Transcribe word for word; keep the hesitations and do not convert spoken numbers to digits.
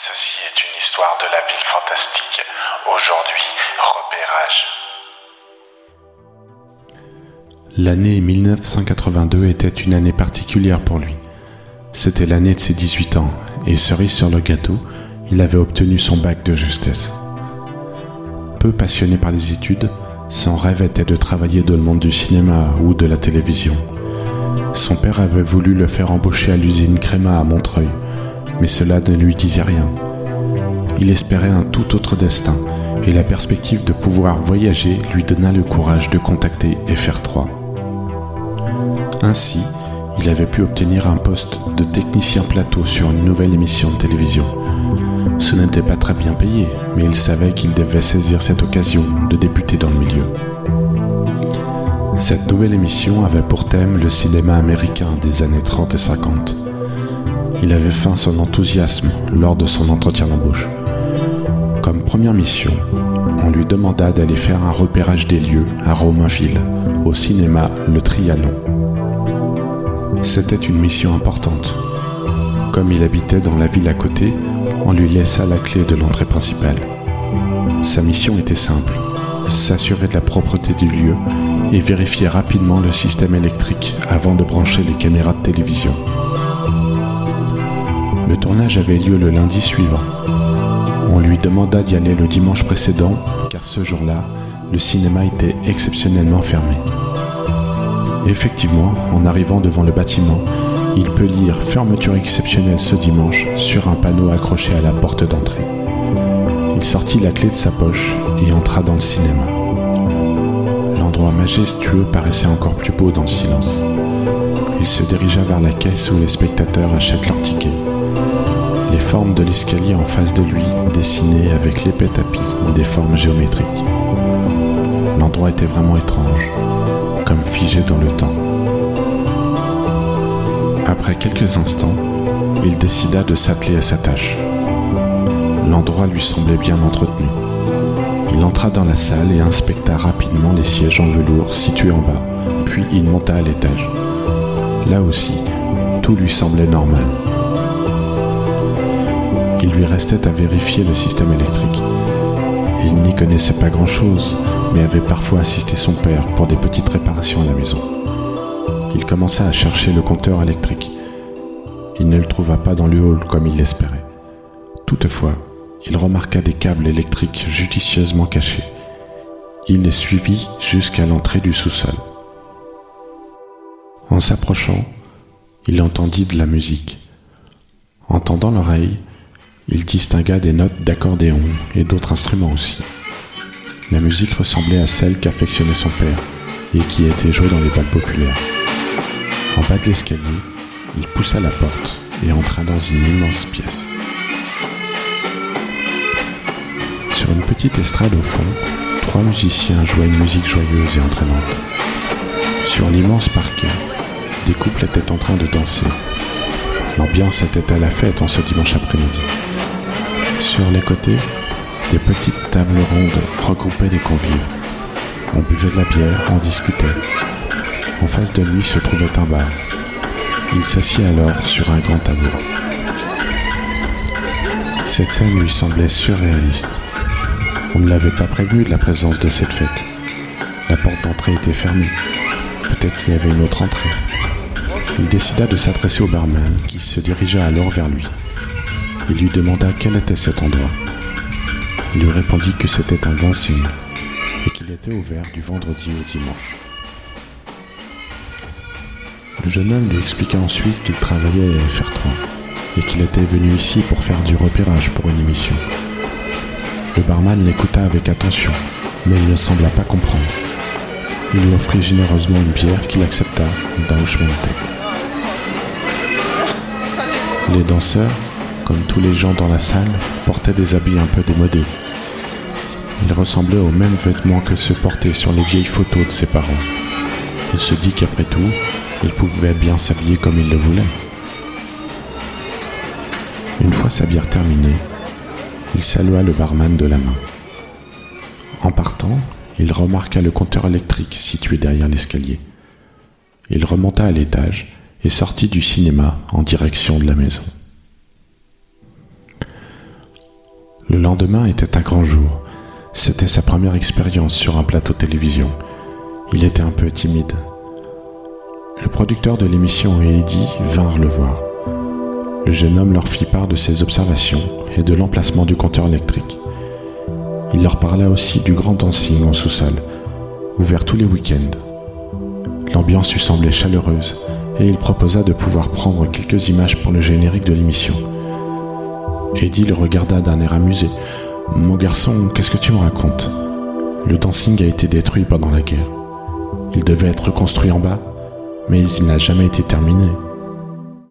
Ceci est une histoire de la ville fantastique. Aujourd'hui, repérage. L'année mille neuf cent quatre-vingt-deux était une année particulière pour lui. C'était l'année de ses dix-huit ans, et cerise sur le gâteau, il avait obtenu son bac de justesse. Peu passionné par les études, son rêve était de travailler dans le monde du cinéma ou de la télévision. Son père avait voulu le faire embaucher à l'usine Créma à Montreuil, mais cela ne lui disait rien. Il espérait un tout autre destin, et la perspective de pouvoir voyager lui donna le courage de contacter F R trois. Ainsi, il avait pu obtenir un poste de technicien plateau sur une nouvelle émission de télévision. Ce n'était pas très bien payé, mais il savait qu'il devait saisir cette occasion de débuter dans le milieu. Cette nouvelle émission avait pour thème le cinéma américain des années trente et cinquante. Il avait feint son enthousiasme lors de son entretien d'embauche. Comme première mission, on lui demanda d'aller faire un repérage des lieux à Romainville, au cinéma Le Trianon. C'était une mission importante. Comme il habitait dans la ville à côté, on lui laissa la clé de l'entrée principale. Sa mission était simple, s'assurer de la propreté du lieu et vérifier rapidement le système électrique avant de brancher les caméras de télévision. Le tournage avait lieu le lundi suivant. On lui demanda d'y aller le dimanche précédent, car ce jour-là, le cinéma était exceptionnellement fermé. Et effectivement, en arrivant devant le bâtiment, il peut lire « Fermeture exceptionnelle ce dimanche » sur un panneau accroché à la porte d'entrée. Il sortit la clé de sa poche et entra dans le cinéma. L'endroit majestueux paraissait encore plus beau dans le silence. Il se dirigea vers la caisse où les spectateurs achètent leurs tickets. Les formes de l'escalier en face de lui dessinaient avec l'épais tapis des formes géométriques. L'endroit était vraiment étrange, comme figé dans le temps. Après quelques instants, il décida de s'atteler à sa tâche. L'endroit lui semblait bien entretenu. Il entra dans la salle et inspecta rapidement les sièges en velours situés en bas, puis il monta à l'étage. Là aussi, tout lui semblait normal. Il lui restait à vérifier le système électrique. Il n'y connaissait pas grand-chose, mais avait parfois assisté son père pour des petites réparations à la maison. Il commença à chercher le compteur électrique. Il ne le trouva pas dans le hall comme il l'espérait. Toutefois, il remarqua des câbles électriques judicieusement cachés. Il les suivit jusqu'à l'entrée du sous-sol. En s'approchant, il entendit de la musique. En tendant l'oreille, il distingua des notes d'accordéon et d'autres instruments aussi. La musique ressemblait à celle qu'affectionnait son père et qui était jouée dans les bals populaires. En bas de l'escalier, il poussa la porte et entra dans une immense pièce. Sur une petite estrade au fond, trois musiciens jouaient une musique joyeuse et entraînante. Sur l'immense parquet, des couples étaient en train de danser. L'ambiance était à la fête en ce dimanche après-midi. Sur les côtés, des petites tables rondes regroupaient les convives. On buvait de la bière, on discutait. En face de lui se trouvait un bar. Il s'assit alors sur un grand tabouret. Cette scène lui semblait surréaliste. On ne l'avait pas prévenu de la présence de cette fête. La porte d'entrée était fermée. Peut-être qu'il y avait une autre entrée. Il décida de s'adresser au barman qui se dirigea alors vers lui. Il lui demanda quel était cet endroit. Il lui répondit que c'était un dancing et qu'il était ouvert du vendredi au dimanche. Le jeune homme lui expliqua ensuite qu'il travaillait à F R trois et qu'il était venu ici pour faire du repérage pour une émission. Le barman l'écouta avec attention, mais il ne sembla pas comprendre. Il lui offrit généreusement une bière qu'il accepta d'un hochement de tête. Les danseurs, comme tous les gens dans la salle, portaient des habits un peu démodés. Ils ressemblaient aux mêmes vêtements que ceux portés sur les vieilles photos de ses parents. Il se dit qu'après tout, il pouvait bien s'habiller comme il le voulait. Une fois sa bière terminée, il salua le barman de la main. En partant, il remarqua le compteur électrique situé derrière l'escalier. Il remonta à l'étage et sortit du cinéma en direction de la maison. Le lendemain était un grand jour. C'était sa première expérience sur un plateau télévision. Il était un peu timide. Le producteur de l'émission et Eddie vinrent le voir. Le jeune homme leur fit part de ses observations et de l'emplacement du compteur électrique. Il leur parla aussi du grand dancing en sous-sol, ouvert tous les week-ends. L'ambiance lui semblait chaleureuse et il proposa de pouvoir prendre quelques images pour le générique de l'émission. Eddie le regarda d'un air amusé. « Mon garçon, qu'est-ce que tu me racontes ? Le dancing a été détruit pendant la guerre. Il devait être reconstruit en bas, mais il n'a jamais été terminé. »